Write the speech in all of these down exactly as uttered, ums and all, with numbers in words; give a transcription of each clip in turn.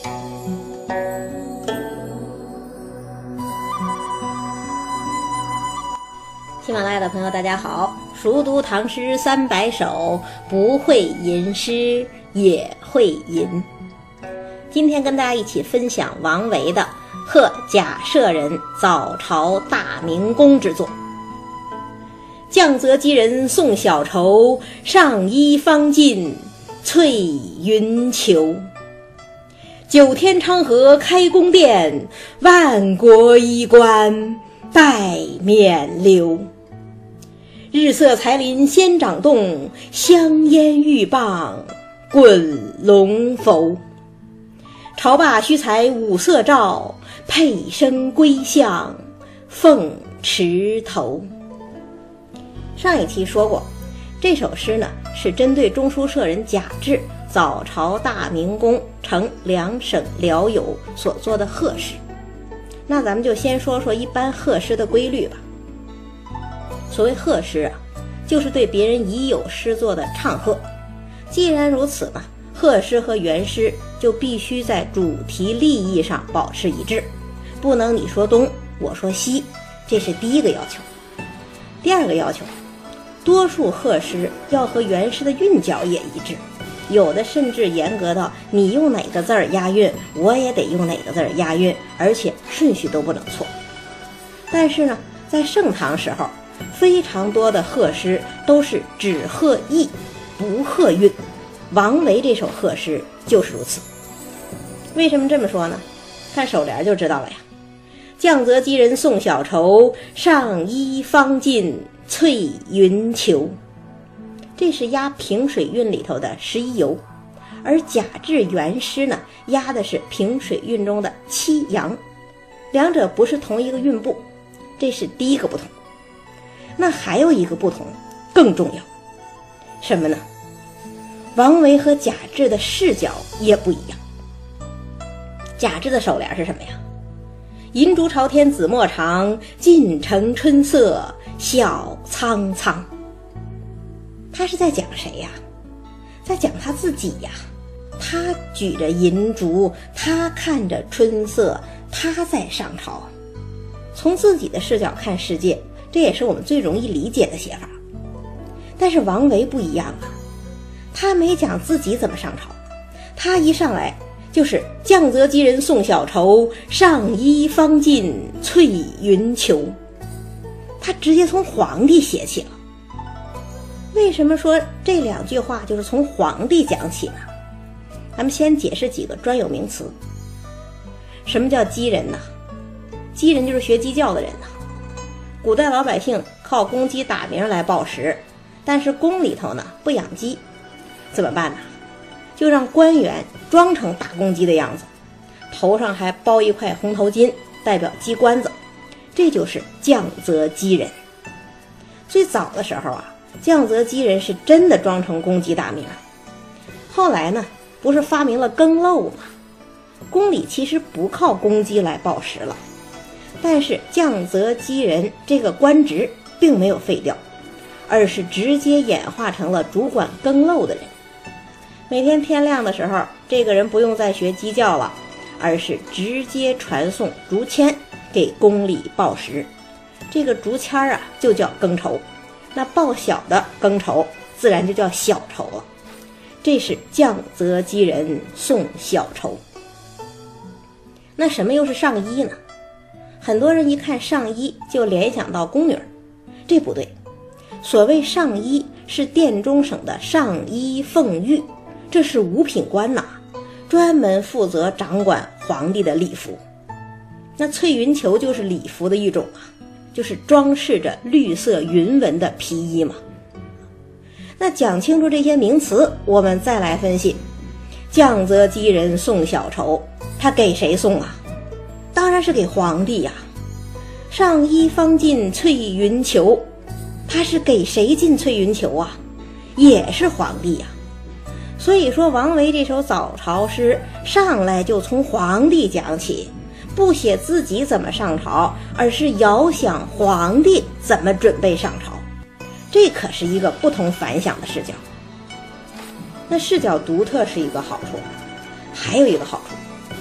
喜马拉雅的朋友大家好，熟读唐诗三百首，不会吟诗也会吟。今天跟大家一起分享王维的《贺贾舍人早朝大明宫》之作。降泽箕人送小愁，上衣方尽翠云裘。九天昌河开宫殿，万国衣冠拜冕旒。日色才林仙掌动，香烟玉棒滚龙浮。朝罢须裁五色诏，佩声归向凤池头。上一期说过，这首诗呢是针对中书舍人贾至早朝大明宫承两省辽友所做的贺诗。那咱们就先说说一般贺诗的规律吧。所谓贺诗啊，就是对别人已有诗作的唱贺。既然如此呢，贺诗和原诗就必须在主题立意上保持一致，不能你说东我说西，这是第一个要求。第二个要求，多数贺诗要和原诗的韵脚也一致，有的甚至严格到你用哪个字儿押韵，我也得用哪个字儿押韵，而且顺序都不能错。但是呢，在盛唐时候，非常多的贺诗都是只贺意不贺韵，王维这首贺诗就是如此。为什么这么说呢？看首联就知道了呀。降泽箕人送小愁，上衣方尽翠云裘。这是押平水韵里头的十一游，而贾至原诗呢，押的是平水韵中的七阳，两者不是同一个韵部，这是第一个不同。那还有一个不同更重要，什么呢？王维和贾至的视角也不一样。贾至的首联是什么呀？银烛朝天紫陌长，尽城春色晓苍苍。他是在讲谁呀？在讲他自己呀。他举着银烛，他看着春色，他在上朝。从自己的视角看世界，这也是我们最容易理解的写法。但是王维不一样啊，他没讲自己怎么上朝，他一上来就是降泽箕人送小愁，上衣方尽翠云裘。他直接从皇帝写起了。为什么说这两句话就是从皇帝讲起呢？咱们先解释几个专有名词。什么叫箕人呢？箕人就是学鸡叫的人呢。古代老百姓靠公鸡打鸣来报时，但是宫里头呢不养鸡，怎么办呢？就让官员装成打公鸡的样子，头上还包一块红头巾，代表鸡冠子，这就是降泽箕人。最早的时候啊，降泽箕人是真的装成公鸡打鸣。后来呢，不是发明了更漏吗？宫里其实不靠公鸡来报时了，但是降泽箕人这个官职并没有废掉，而是直接演化成了主管更漏的人。每天天亮的时候，这个人不用再学鸡叫了，而是直接传送竹签给宫里报时。这个竹签啊就叫更筹，那报晓的更筹自然就叫小筹了。这是降泽箕人送小筹。那什么又是上衣呢？很多人一看上衣就联想到宫女，这不对。所谓上衣是殿中省的上衣奉御，这是五品官呐，专门负责掌管皇帝的礼服。那翠云裘就是礼服的一种啊，就是装饰着绿色云纹的皮衣嘛。那讲清楚这些名词，我们再来分析。降泽箕人送小筹，他给谁送啊？当然是给皇帝呀。上衣方尽翠云裘，他是给谁进翠云裘啊？也是皇帝呀。所以说王维这首早朝诗上来就从皇帝讲起，不写自己怎么上朝，而是遥想皇帝怎么准备上朝，这可是一个不同凡响的视角。那视角独特是一个好处，还有一个好处，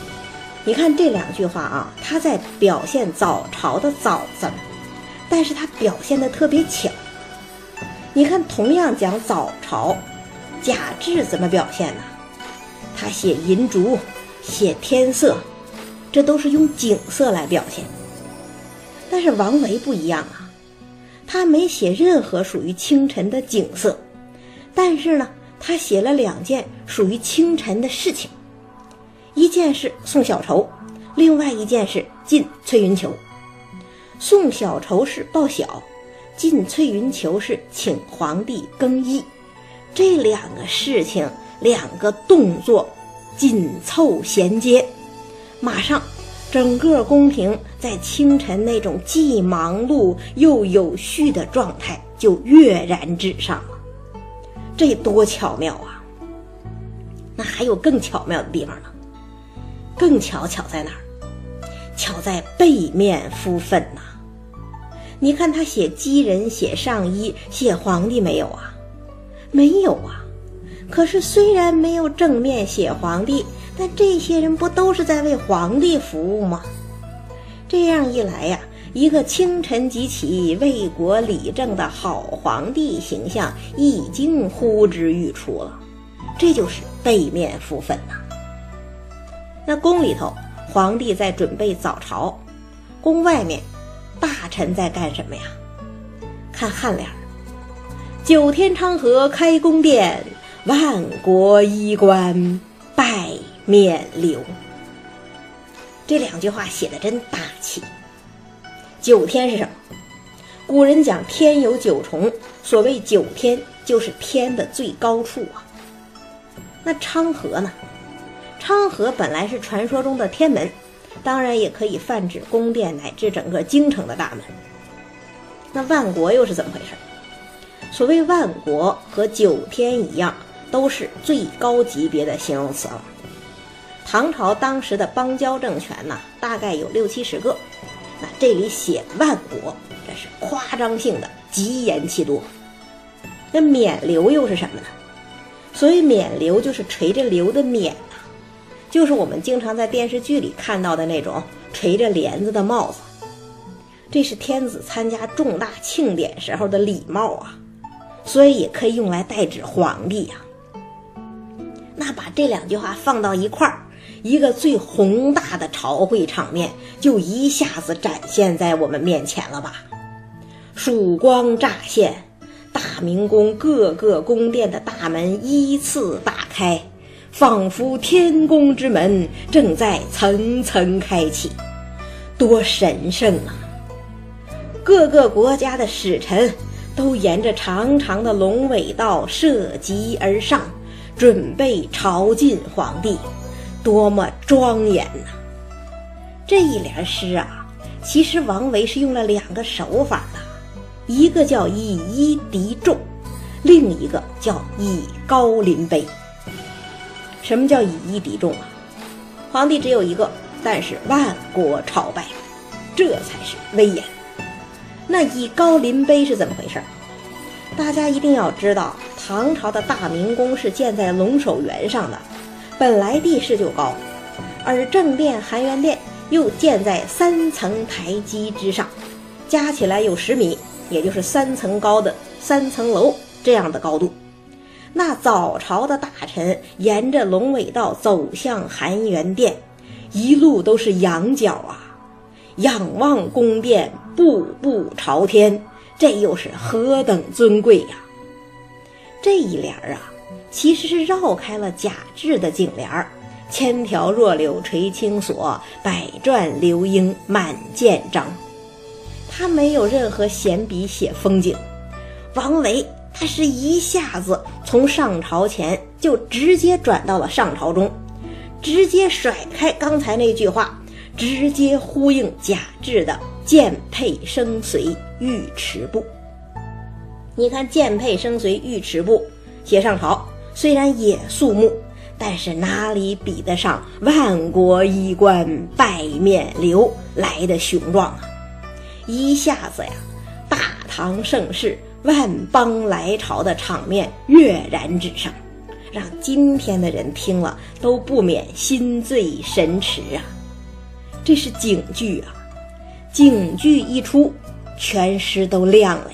你看这两句话啊，他在表现早朝的早晨，但是他表现的特别巧。你看同样讲早朝，贾至怎么表现呢？他写银烛，写天色，这都是用景色来表现。但是王维不一样啊，他没写任何属于清晨的景色，但是呢，他写了两件属于清晨的事情，一件是送小绸，另外一件是进翠云裘。送小绸是报晓，进翠云裘是请皇帝更衣。这两个事情，两个动作紧凑衔接，马上整个宫廷在清晨那种既忙碌又有序的状态就跃然纸上了。这多巧妙啊！那还有更巧妙的地方呢。更巧巧在哪儿？巧在背面敷粉呐、啊。你看他写鸡人，写上衣，写皇帝没有啊？没有啊。可是虽然没有正面写皇帝，但这些人不都是在为皇帝服务吗？这样一来呀、啊，一个清晨即起为国理政的好皇帝形象已经呼之欲出了。这就是背面敷粉呐、啊。那宫里头，皇帝在准备早朝，宫外面大臣在干什么呀？看颔联：九天昌河开宫殿，万国衣冠拜冕旒。这两句话写得真大气。九天是什么？古人讲天有九重，所谓九天就是天的最高处啊。那昌河呢？昌河本来是传说中的天门，当然也可以泛指宫殿乃至整个京城的大门。那万国又是怎么回事？所谓万国和九天一样，都是最高级别的形容词了。唐朝当时的邦交政权呢，大概有六七十个，那这里写万国，这是夸张性的，极言其多。那冕旒又是什么呢？所谓冕旒就是垂着旒的冕呐、啊，就是我们经常在电视剧里看到的那种垂着帘子的帽子。这是天子参加重大庆典时候的礼帽啊，所以也可以用来代指皇帝啊。那把这两句话放到一块儿，一个最宏大的朝会场面就一下子展现在我们面前了吧。曙光乍现，大明宫各个宫殿的大门依次打开，仿佛天宫之门正在层层开启，多神圣啊！各个国家的使臣都沿着长长的龙尾道涉级而上，准备朝觐皇帝，多么庄严呐、啊！这一联诗啊，其实王维是用了两个手法的，一个叫以一敌众，另一个叫以高临卑。什么叫以一敌众啊？皇帝只有一个，但是万国朝拜，这才是威严。那以高临卑是怎么回事？大家一定要知道，唐朝的大明宫是建在龙首原上的，本来地势就高，而正殿含元殿又建在三层台基之上，加起来有十米，也就是三层高的三层楼这样的高度。那早朝的大臣沿着龙尾道走向含元殿，一路都是仰角啊，仰望宫殿，步步朝天，这又是何等尊贵呀！这一联啊，其实是绕开了贾至的颈联，千条弱柳垂青锁，百转流莺满见章。他没有任何闲笔写风景，王维他是一下子从上朝前就直接转到了上朝中，直接甩开刚才那句话，直接呼应贾至的剑佩生随御池部。你看剑佩生随御池部写上朝，虽然也肃穆，但是哪里比得上万国衣冠拜冕旒来的雄壮啊！一下子呀，大唐盛世万邦来朝的场面跃然纸上，让今天的人听了都不免心醉神驰啊！ 这是警句啊！警句一出，全诗都亮了呀。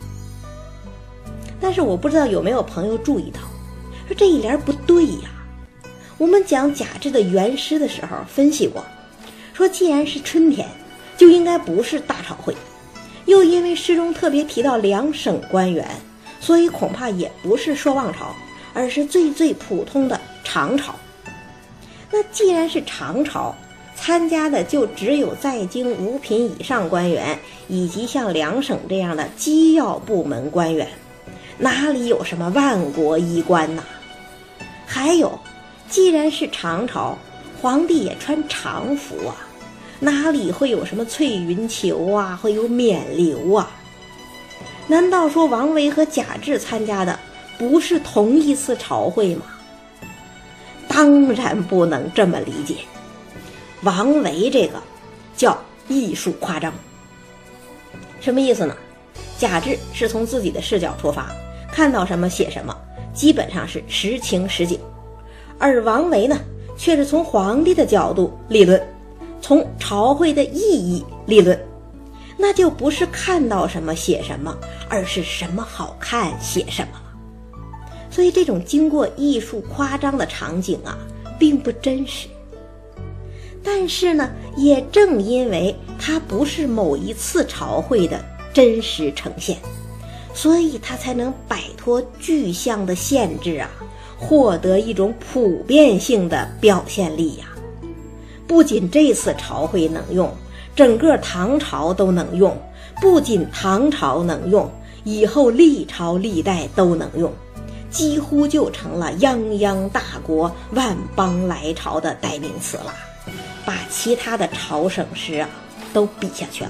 但是我不知道有没有朋友注意到，说这一联不对呀。我们讲贾至的原诗的时候分析过，说既然是春天，就应该不是大朝会，又因为诗中特别提到两省官员，所以恐怕也不是朔望朝，而是最最普通的长朝。那既然是长朝，参加的就只有在京五品以上官员，以及像两省这样的机要部门官员，哪里有什么万国衣冠呐？还有，既然是长朝，皇帝也穿常服啊，哪里会有什么翠云裘啊，会有冕旒啊？难道说王维和贾至参加的不是同一次朝会吗？当然不能这么理解。王维这个叫艺术夸张。什么意思呢？贾至是从自己的视角出发，看到什么写什么，基本上是实情实景。而王维呢，却是从皇帝的角度立论，从朝会的意义立论，那就不是看到什么写什么，而是什么好看写什么了。所以这种经过艺术夸张的场景啊，并不真实。但是呢，也正因为它不是某一次朝会的真实呈现，所以它才能摆脱具象的限制啊，获得一种普遍性的表现力呀。不仅这次朝会能用，整个唐朝都能用，不仅唐朝能用，以后历朝历代都能用，几乎就成了泱泱大国万邦来朝的代名词了，把其他的朝省诗啊都比下去了。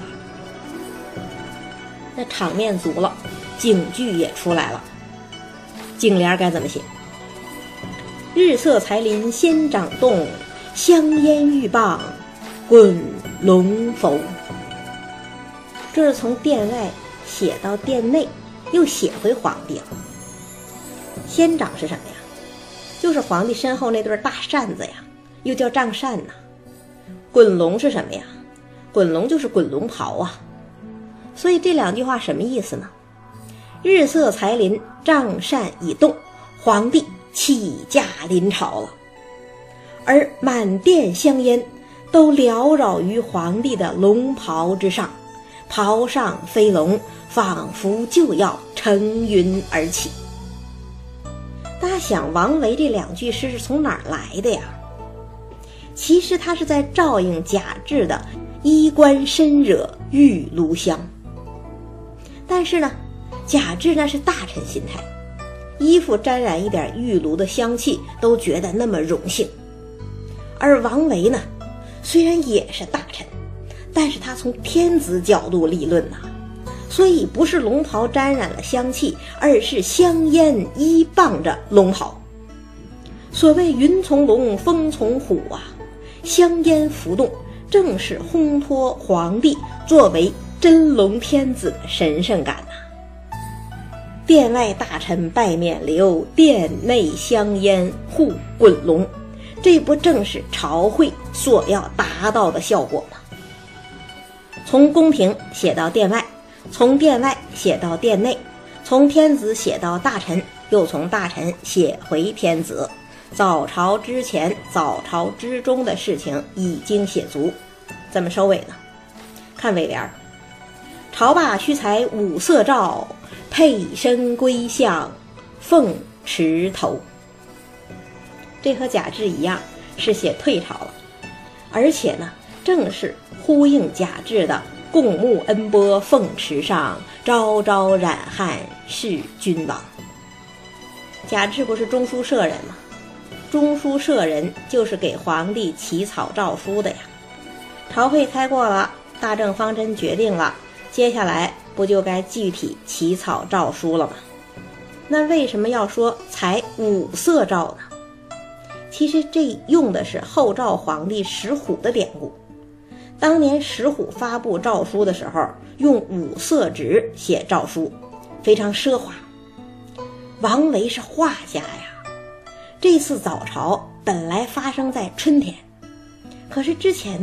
那场面足了，警句也出来了。颈联该怎么写？日色才临仙掌动，香烟欲傍滚龙否。这是从殿外写到殿内，又写回皇帝了。仙掌是什么呀？就是皇帝身后那对大扇子呀，又叫帐扇呐。滚龙是什么呀？滚龙就是滚龙袍啊。所以这两句话什么意思呢？日色才临，帐扇已动，皇帝起驾临朝了，而满殿香烟都缭绕于皇帝的龙袍之上，袍上飞龙，仿佛就要乘云而起。大家想，王维这两句诗是从哪儿来的呀？其实他是在照应贾至的衣冠深惹玉炉香。但是呢，贾至那是大臣心态，衣服沾染一点玉炉的香气都觉得那么荣幸。而王维呢，虽然也是大臣，但是他从天子角度立论呐、啊，所以不是龙袍沾染了香气，而是香烟依傍着龙袍。所谓云从龙，风从虎啊，香烟浮动，正是烘托皇帝作为真龙天子的神圣感呐、啊。殿外大臣拜冕旒，殿内香烟护滚龙，这不正是朝会所要达到的效果吗？从宫廷写到殿外，从殿外写到殿内，从天子写到大臣，又从大臣写回天子。早朝之前早朝之中的事情已经写足，怎么收尾呢？看尾联：朝罢须裁五色诏，佩身归相凤池头。这和贾至一样是写退朝了，而且呢正是呼应贾至的共沐恩波凤池上，朝朝染汗事君王。贾至不是中书舍人吗？中书舍人就是给皇帝起草诏书的呀。朝会开过了，大政方针决定了，接下来不就该具体起草诏书了吗？那为什么要说裁五色诏呢？其实这用的是后赵皇帝石虎的典故。当年石虎发布诏书的时候，用五色纸写诏书，非常奢华。王维是画家呀，这次早朝本来发生在春天，可是之前呢，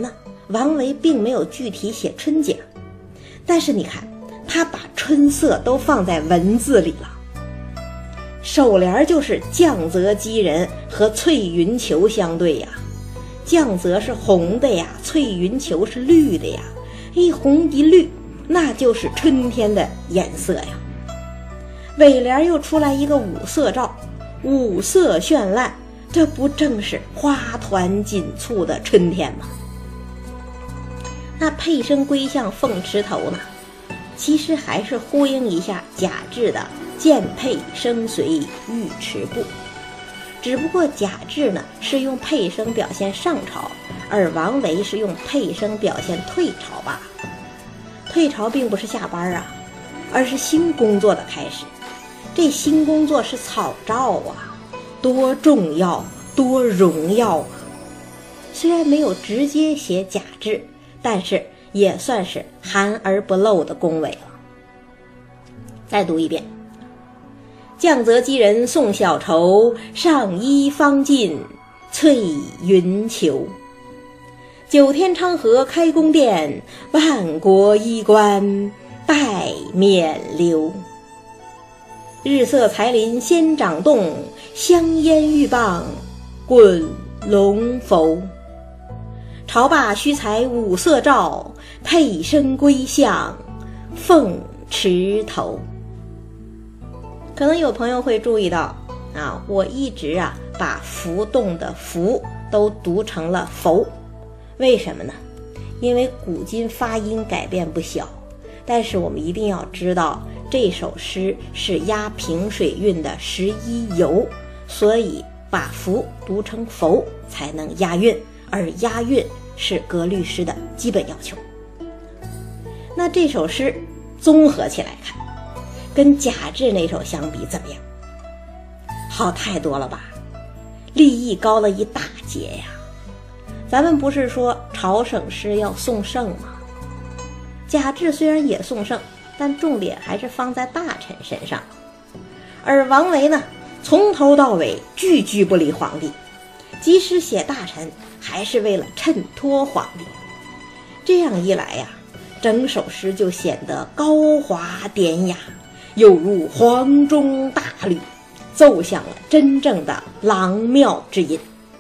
王维并没有具体写春景，但是你看他把春色都放在文字里了。首联就是降泽击人和翠云裘相对呀，降泽是红的呀，翠云裘是绿的呀，一红一绿，那就是春天的颜色呀。尾联又出来一个五色照，五色绚烂，这不正是花团锦簇的春天吗？那佩生归向凤池头呢，其实还是呼应一下贾至的见佩生随尉迟步，只不过贾至呢是用佩生表现上朝，而王维是用佩生表现退朝吧。退朝并不是下班啊，而是新工作的开始。这新工作是草诏啊，多重要多荣耀啊！虽然没有直接写贾至，但是也算是含而不露的恭维了。再读一遍：降泽击人送小愁，上衣方尽翠云裘。九天昌河开宫殿，万国衣冠拜冕旒。日色才林先掌动，香烟玉棒滚龙浮。朝罢须裁五色诏，佩生归向凤池头。可能有朋友会注意到啊，我一直啊把浮动的浮都读成了浮，为什么呢？因为古今发音改变不小，但是我们一定要知道这首诗是押平水韵的十一游，所以把浮读成浮才能押韵，而押韵是格律诗的基本要求。那这首诗综合起来看，跟贾至那首相比怎么样？好太多了吧，立意高了一大截呀。咱们不是说朝省诗要颂圣吗？贾至虽然也颂圣，但重点还是放在大臣身上。而王维呢，从头到尾句句不离皇帝，即使写大臣还是为了衬托皇帝。这样一来呀，整首诗就显得高华典雅，犹如黄钟大吕，奏响了真正的郎庙之音。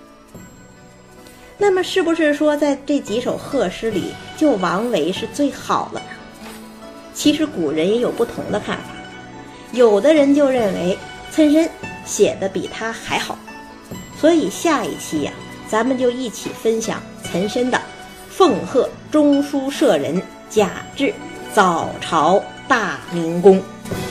那么是不是说在这几首贺诗里，就王维是最好了呢？其实古人也有不同的看法，有的人就认为岑参写的比他还好。所以下一期呀、啊，咱们就一起分享岑参的《奉贺中书舍人贾至早朝大明宫》。